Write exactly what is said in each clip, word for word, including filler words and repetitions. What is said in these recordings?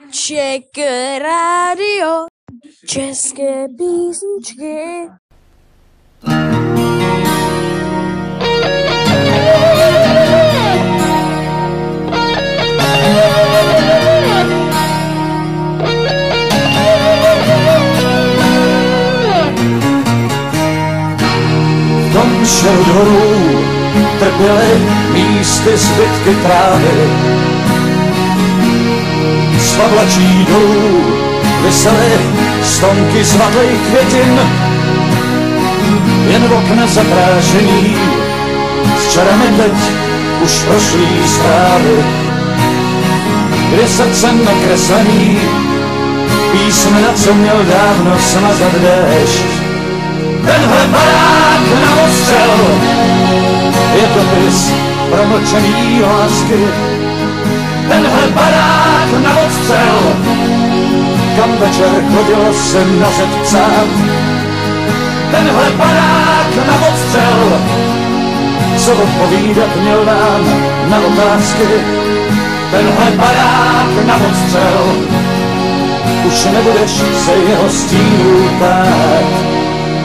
Ček rádio, české písničky. V tom šel dolů, trpěly místy zbytky trávy. Z pavlačí dolů visely stonky zvatlých květin, jen v okna zaprášený, s čarami teď už prošlý zprávy, kde srdcem nakreslený písmena, co měl dávno smazat déšť. Tenhle barák na ostřel je dopis promlčený lásky. Tenhle barák na odstřel, kam večer chodilo se na zeď psát. Tenhle barák na odstřel, co odpovídat měl nám na otázky. Tenhle barák na odstřel, už nebudeš se jeho stínu ptát.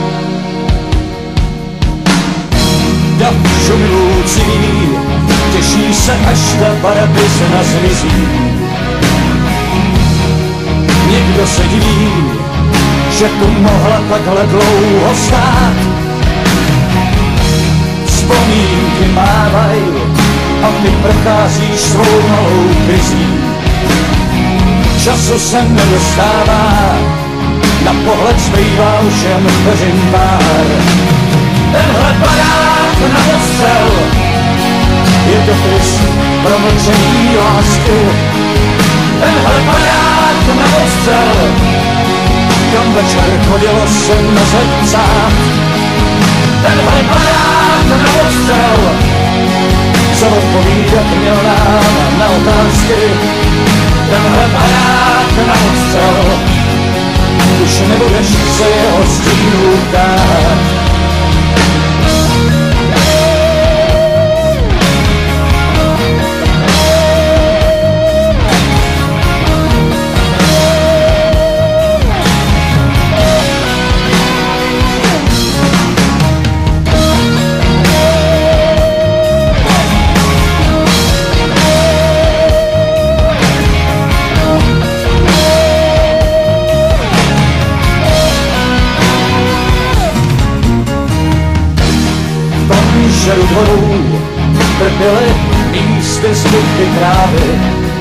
Dav žumilůcí těší se, až ta barabizna zmizí. Někdo se diví, že tu mohla takhle dlouho stát. Vzpomínky mávaj a ty procházíš svou malou krizí. Času se nedostává, na pohled zbývá už jen vteřin pár. Tenhle barák na odstřel je dopis promlčený lásky. Tenhle barák na odstřel, kam večer chodilo se na zeď psát. Tenhle barák na odstřel, co odpovídat měl nám na otázky. Tenhle barák na odstřel, už nebudeš se jeho stínu ptát. Žeru dvorů trpěly místy zbytky trávy.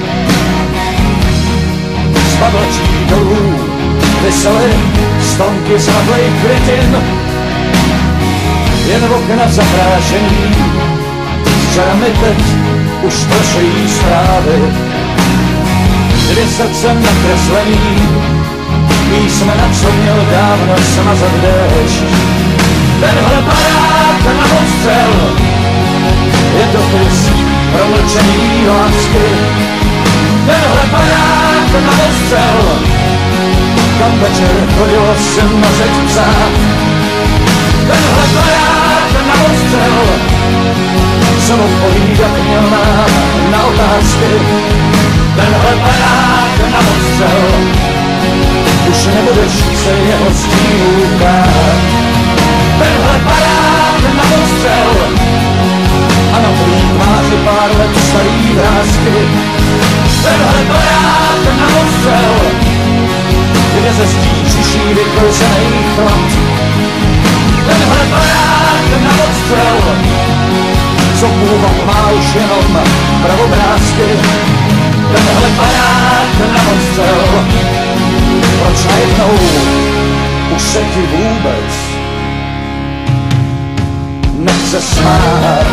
Z pavlačí dolů visely stonky zvatlých květin, jen v okna zaprášený, s čarami teď už prošlý zprávy. Dvě srdce nakreslený, písmena, co měl dávno smazat déšť. Tenhle barák na odstřel je dopis promlčený lásky. Tenhle barák na odstřel, kam večer chodilo se na zeď psát. Tenhle barák na odstřel, co odpovídat měl nám na otázky. Tenhle barák na odstřel, už nebudeš se jeho stínu ptát. Tenhle barák na odstřel a na tvý tváři pár let starý vrásky. Tenhle barák na odstřel, kde ze zdí čiší vykořenej chlad. Tenhle barák na odstřel, co původ má už jenom pravobrázky. Tenhle barák na odstřel, proč najednou už se ti vůbec nechce smát.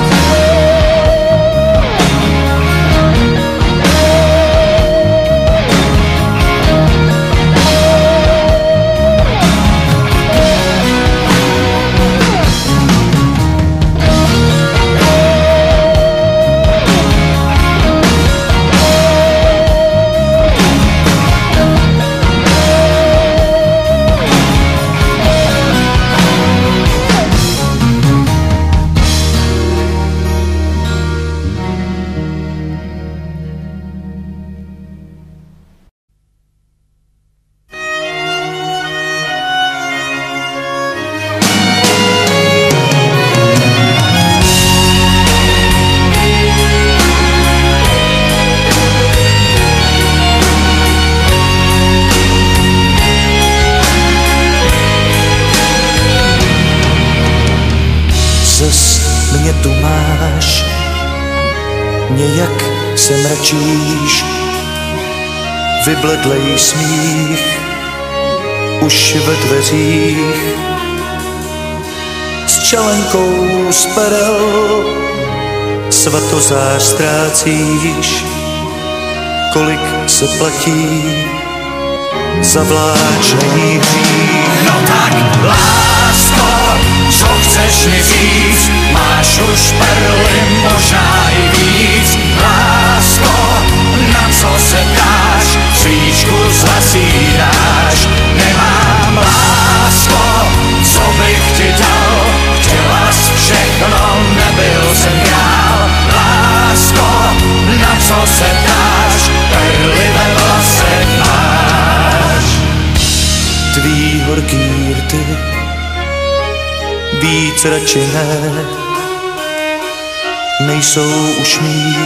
nějak se mračíš, vybledlej smích už ve dveřích. S čelenkou z perel svatozář ztrácíš, kolik se platí za vláčný hřích. No tak lásko, co chceš mi říct, máš už perly, možná i víc. Lásko, na co se ptáš, svíčku zhasínáš. Nemám lásko, co bych ti dal, chtěla jsi všechno, nebyl jsem král. Lásko, na co se ptáš, perly ve vlasech máš. Tvý horký rty víc radši ne, nejsou už mý,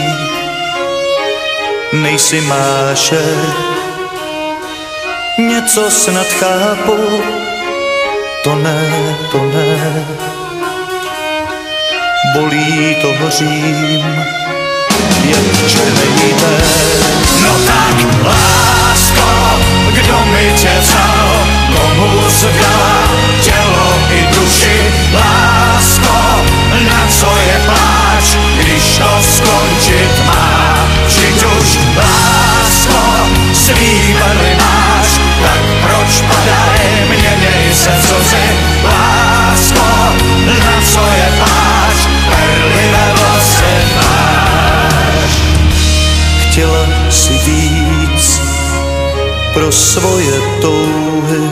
nejsi mášer. Něco snad chápu, to ne, to ne, bolí to hořím, jak červený ten. No tak lásko, kdo mi tě vzal, komu zvdala tělo i duši. Lásko, na co je pláč, když to skončit má. Vždyť už lásko, svý perly máš, tak proč padaj, měněj se slzy. Lásko, na co je pláč, perly ve vlasech máš. Chtěla si víc pro svoje touhy,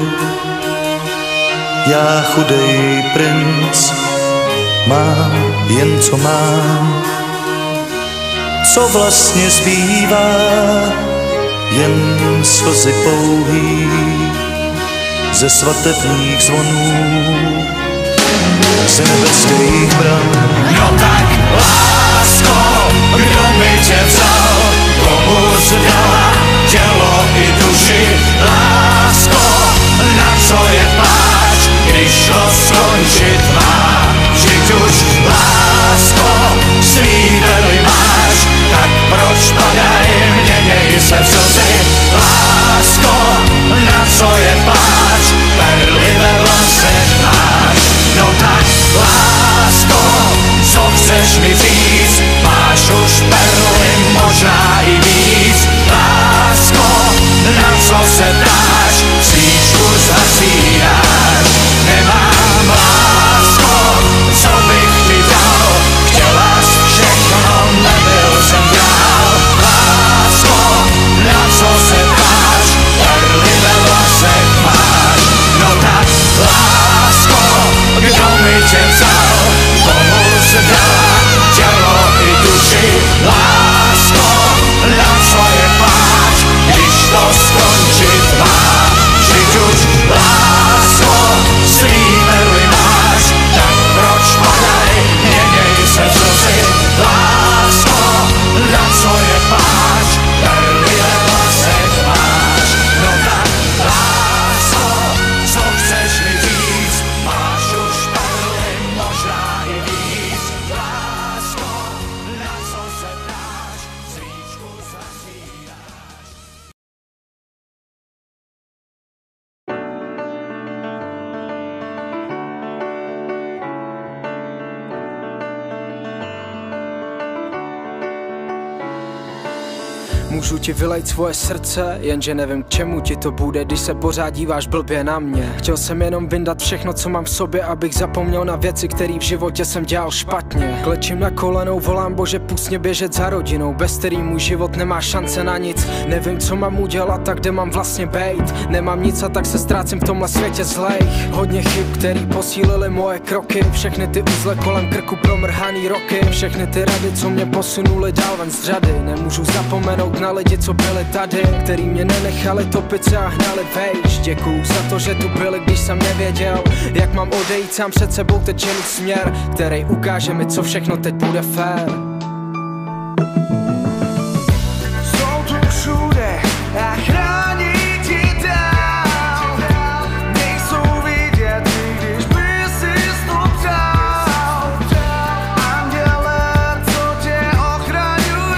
já chudej princ mám jen co mám. Co vlastně zbývá, jen slzy pouhý ze svatebních zvonů, z nebeských bran. No tak lásko, kdo mi tě vzal, komu zdala tělo i duši. Lásko, na co je pláč, když to skončit má. Vždyť už lásko, svý perly máš, tak proč padaj, měněj se v slzy. Lásko, na co je pláč, perly ve vlasech máš. No tak lásko, co chceš mi říct, máš už perly, možná i víc. Lásko, na co se ptáš, svíčku zhasínáš. Nemám lásko, co bych ti dal, chtěla jsi všechno, nebyl jsem král. Lásko, na co se ptáš, perly ve vlasech máš. No tak lásko, kdo mi tě vzal, komu se dala tělo i duši. Lásko, na co je pláč, když to skončit má. Vždyť už lásko, svý perly máš, tak proč padaj, měněj se v slzy. Lásko, na co je pláč, perly ve vlasech máš. No tak lásko, co chceš mi říct, máš už perly, možná i víc. Lásko, na co se ptáš, svíčku zhasínáš. Můžu ti vylejt svoje srdce, jenže nevím k čemu ti to bude, když se pořád díváš blbě na mě. Chtěl jsem jenom vyndat všechno, co mám v sobě, abych zapomněl na věci, které v životě jsem dělal špatně. Klečím na kolenou, volám Bože, pust mě běžet za rodinou, bez který můj život nemá šance na nic. Nevím, co mám udělat, tak kde mám vlastně bejt. Nemám nic a tak se ztrácím v tomhle světě zlej. Hodně chyb, který posílily moje kroky, všechny ty uzle kolem krku promrhaný roky, všechny ty rady, co mě posunuly dál ven z řady. Nemůžu zapomenout na lidi, co byli tady, který mě nenechali topit se a hnali vejš. Děkuju za to, že tu byli, když jsem nevěděl, jak mám odejít sám před sebou teď jen směr, který ukáže mi, co všechno teď bude fér. Jsou tu všude a chrání ti dál, nejsou vidět, když by si to přál. Anděle, co tě ochraňují,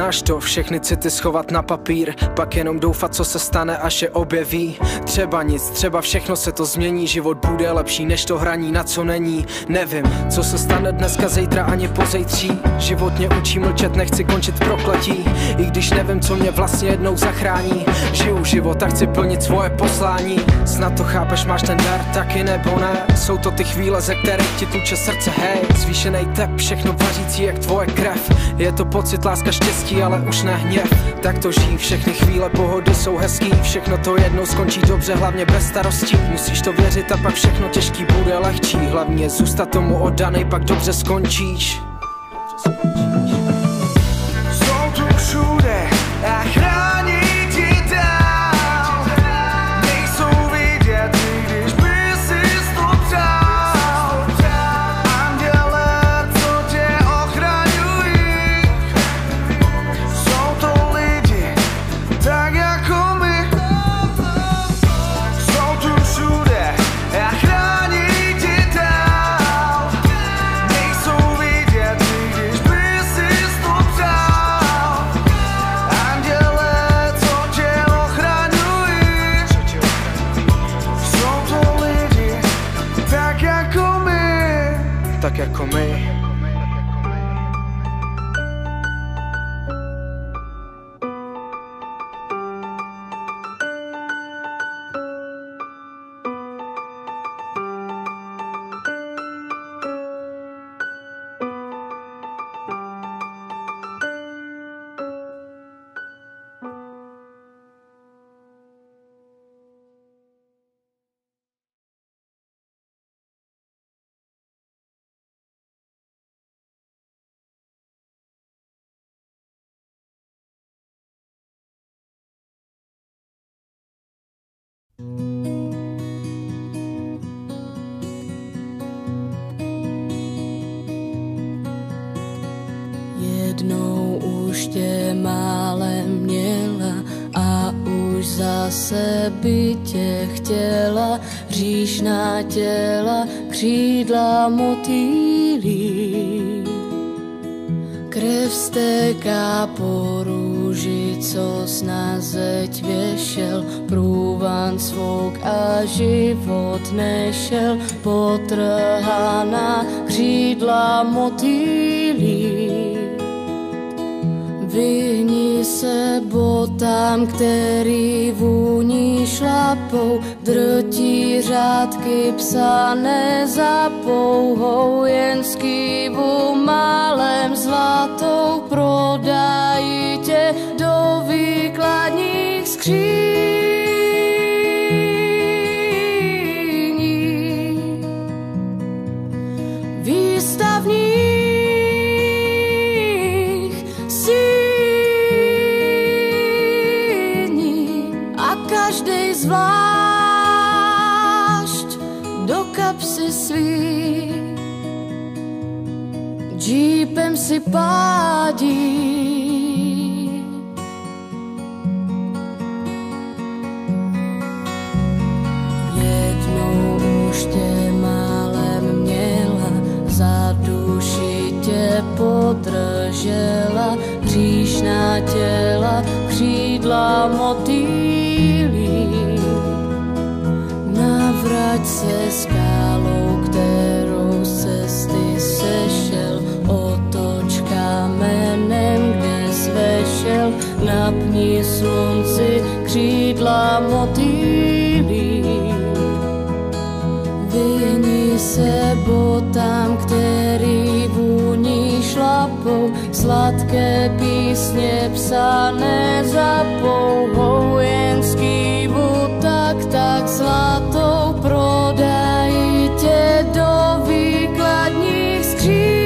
Znáš to, všechny city schovat na papír, pak jenom doufat, co se stane, až je objeví. Třeba nic, třeba všechno se to změní, život bude lepší než to hraní, na co není. Nevím, co se stane dneska, zítra ani pozejtří. Život mě učí mlčet, nechci končit prokletí, i když nevím, co mě vlastně jednou zachrání. Žiju život a chci plnit svoje poslání. Snad to chápeš, máš ten dar, taky nebo ne? Jsou to ty chvíle, ze kterých ti tuče srdce, hej. Zvýšenej tep, všechno vařící jak tvoje krev. Je to pocit, láska, štěstí, ale už ne hněv. Tak to žij, všechny chvíle pohody jsou hezký. Všechno to jednou skončí dobře, hlavně bez starostí. Musíš to věřit a pak všechno těžký bude lehčí. Hlavně je zůstat tomu oddanej, pak dobře skončíš. Jsou tu všude a chrání ti dál. Nejsou vidět, když by si to přál. Anděle, co tě ochraňují. Jsou to lidi, tak jako my. Jsou tu všude a chrání ti dál. Nejsou vidět, když by si to přál. Anděle, co tě ochraňují. Jsou to lidi, tak jako my. Tak jako my. Jednou už tě málem měla a už zase by tě chtěla. Hříšná těla, křídla motýlí. Krev stéká po růži, co sna zeď věšel. Průvan svouk a život nešel. Potrhaná křídla motýlí. Vyhni se botám, který vůní šlapou. Drtí řádky psané za pouhou. Jen skývu málem zlatou. Prodají tě do výkladních skříní. Výstavní každej zvlášť do kapsy svý. Džípem si pádí. Jednou už tě málem měla, za duši tě podržela. Hříšná těla, křídla motýlí. Navrať se skálou, kterou z cesty sešel. Otoč kamenem, kde zvešel. Napni slunci, křídla motýlí. Vyhni se botám, který vůní šlapou. Sladké písně psané za pouhou. Jen skývu tak, tak zlatou. Prodají tě do výkladních skříní.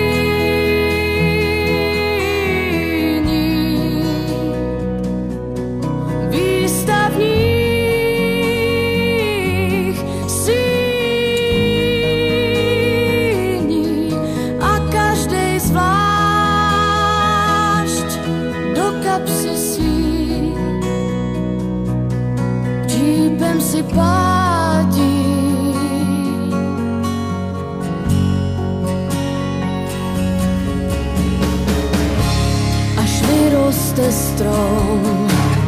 Výstavních síní. A každej zvlášť do kapsy svý. Džípem si pádí. strom,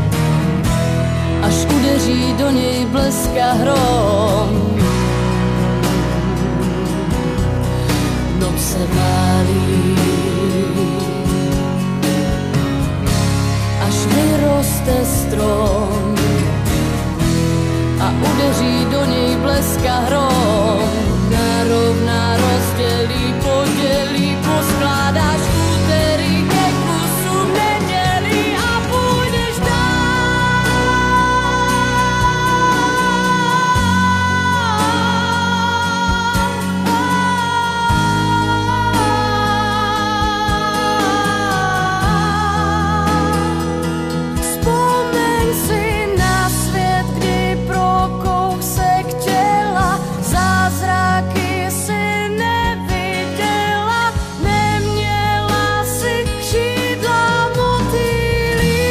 až udeří do něj blesk a hrom. Noc se válí, až vyroste strom a udeří do něj blesk a hrom. Narovná, rozdělí, podělí, poskládáš úterý ke kusu nedělí a půjdeš dál. Vzpomeň si na svět, kdy pro kousek těla zázraky si neviděla, neměla si křídla motýlí.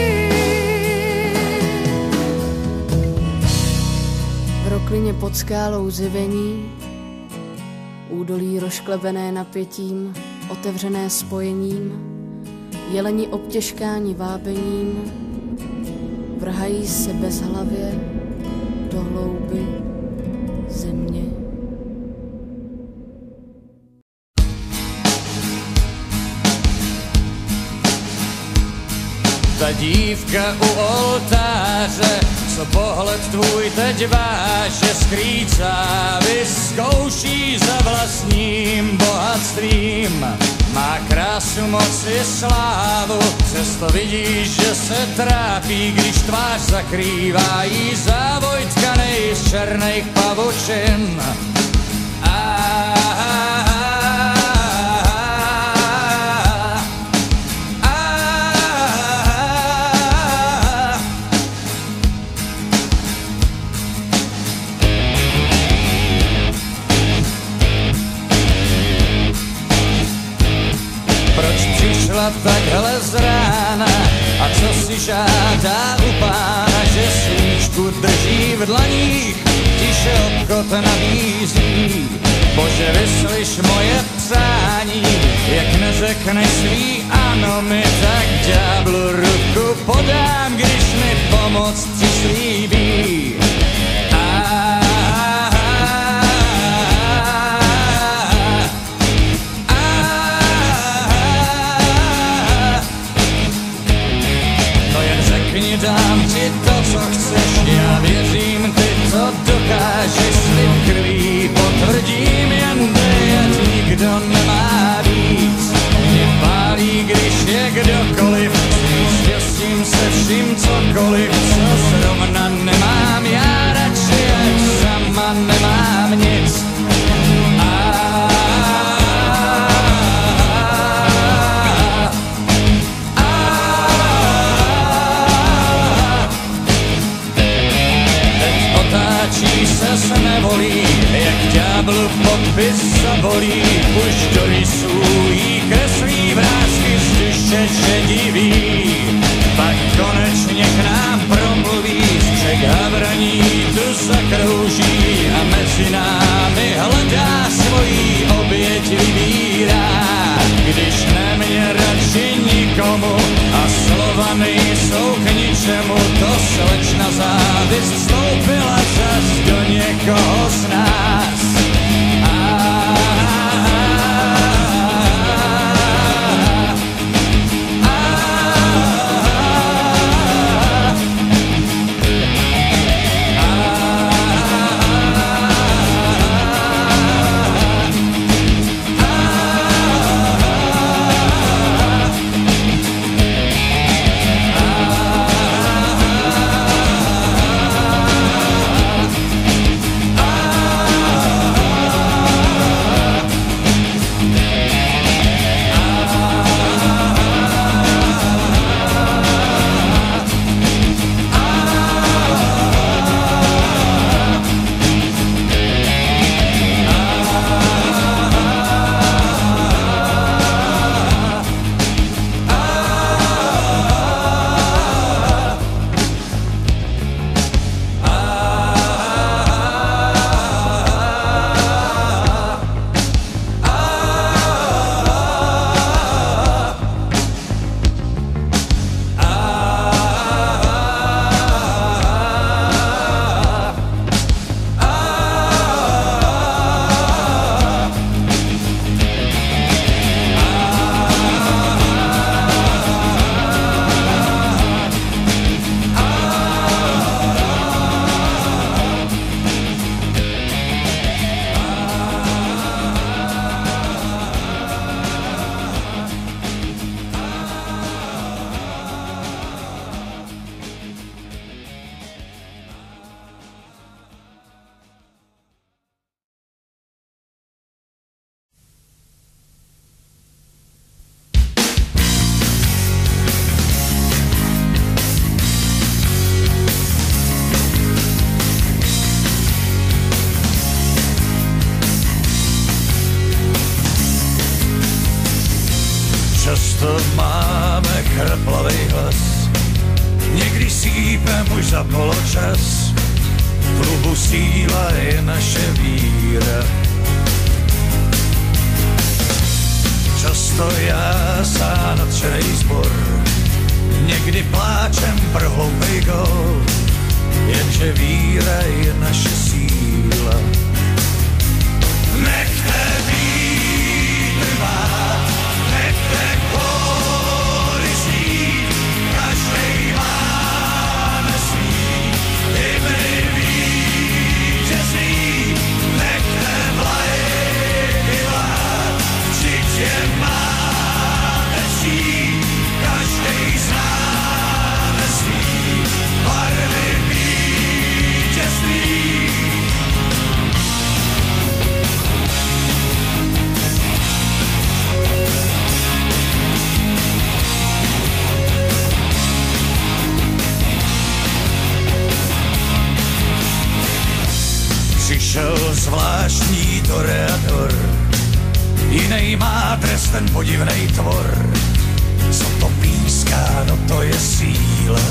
V roklině pod skálou zjevení, údolí rozklebené napětím, otevřené spojením, jeleni obtěžkáni vábením, vrhají se bezhlavě do hlouby země. Ta dívka u oltáře, co pohled tvůj teď váže, skrýcá, vyzkouší za vlastním bohatstvím. Má krásu, moc i slávu, přesto vidíš, že se trápí, když tvář zakrývá jí závoj tkanej z černých pavučin. Takhle z rána, a co si žádá u pána, že svíčku drží v dlaních, tiše obchod nabízí. Bože, vyslyš moje přání, jak neřekneš svý ano, mi tak ďáblu ruku podám, když mi pomoc přislíbí. Dám ti to, co chceš, já věřím, ty to dokážeš, slib krví potvrdím, jen ať nikdo nemá víc. Mě pálí, když je kdokoliv, štěstím se vším cokoliv, co zrovna nemám, já radši, ať sama nemám nic. Se nevolí, jak ďáblu podpis zabolí, už do rysů jí kreslí vrásky stiše, že diví. Pak konečně k nám promluví, střek havraní tu zakrouží a mezi námi hledá svojí oběť vybírá. Když nemě radši nikomu a slova nejsou k ničemu, to slečna závist vstoupila zas do někoho z nás. Často máme chraplavej hlas, někdy sípem už za poločas. V klubu síla je naše víra. Často já sám nadšenej zbor, někdy pláčem pro hloupej gól, jenže víra je naše síla. Nechte vítr vát, nechte kóry znít, každej máme svý hymny vítězný. Nechte vlajky vlád, vždyť je máme ctít, každej známe svý barvy vítězný. Přišel zvláštní toreador, jinej má trest ten podivnej tvor. Co to píská, no to je síla.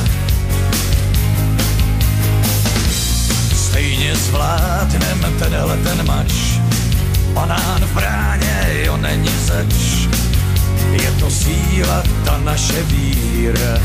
Stejně zvládnem tenhle ten mač, banán v bráně, jo není zač. Je to síla, ta naše víra.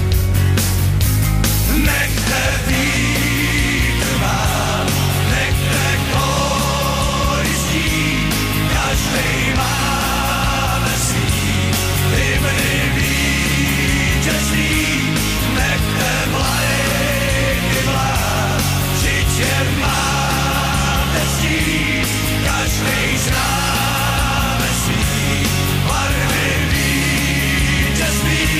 Nechte vítr vát, nechte kóry znít, každej máme svý hymny vítězný. Nechte vlajky vlád, vždyť je máme ctít, každej známe svý barvy vítězný.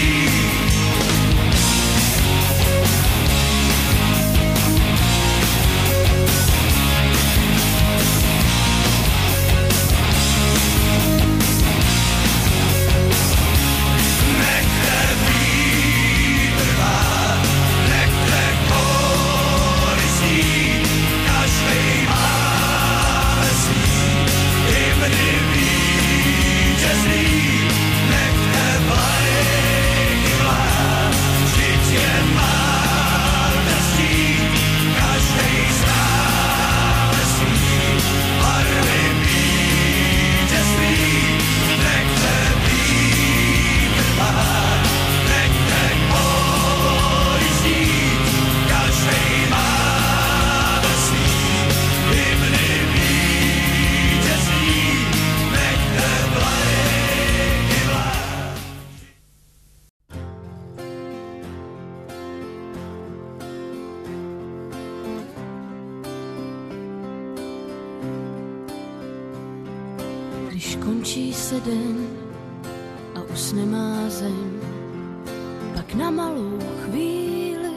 Když končí se den a usne má zem, pak na malou chvíli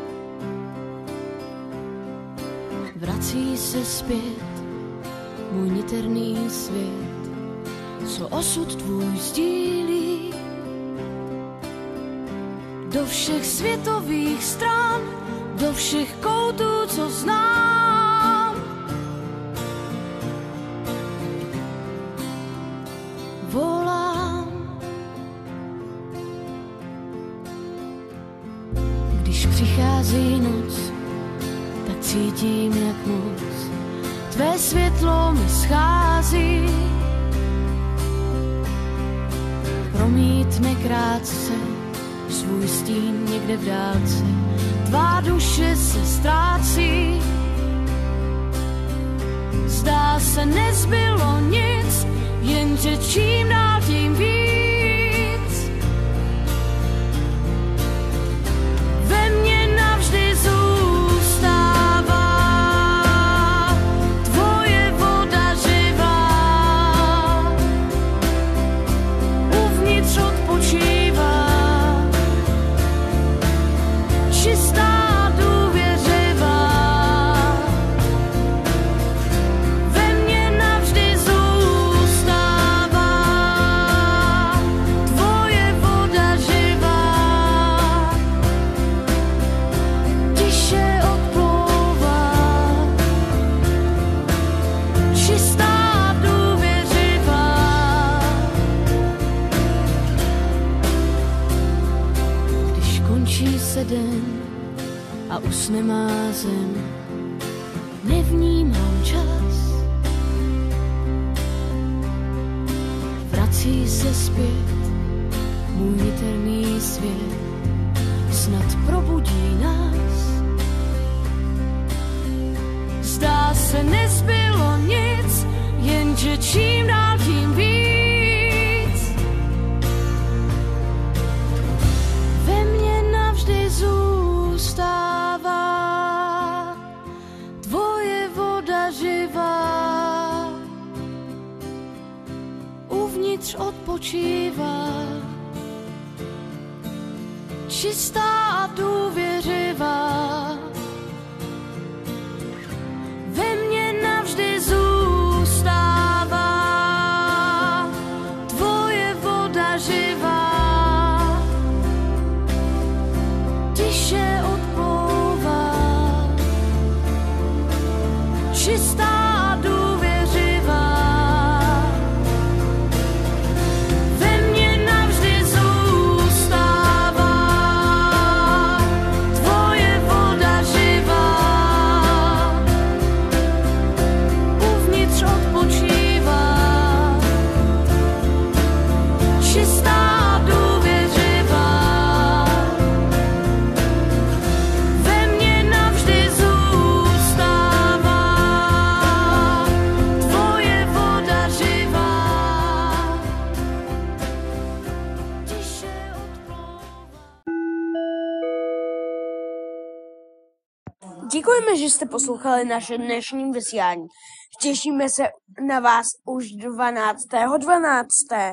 vrací se zpět můj niterný svět, co osud tvůj sdílí. Do všech světových stran, do všech koutů, co znám, volám. Když přichází noc, tak cítím, jak moc tvé světlo mi schází. Promítne krátce svůj stín někde v dálce, tvá duše se ztrácí. Zdá se, nezbylo nic, jenže čím dál tím víc ve mně navždy zůstává tvoje voda živá, uvnitř odpočívá, čistá. Ve mně navždy zůstává. den a usne má zem. Nevnímám čas, vrací se zpět můj niterný svět, snad probudí nás. Zdá se, nezbylo nic, jenže čím dál tím víc ve mně navždy zůstává tvoje voda živá, uvnitř odpočívá, čistá a důvěřivá. Ve mně navždy zůstává tvoje voda živá, tiše odplouvá, čistá a důvěřivá. Ve mně navždy zůstává tvoje voda živá, uvnitř odpočívá, čistá a důvěřivá. Ve mně navždy zůstává tvoje voda živá, tiše odplouvá. Děkujeme, že jste poslouchali naše dnešní vysílání. Těšíme se na vás už dvanáctého dvanáctého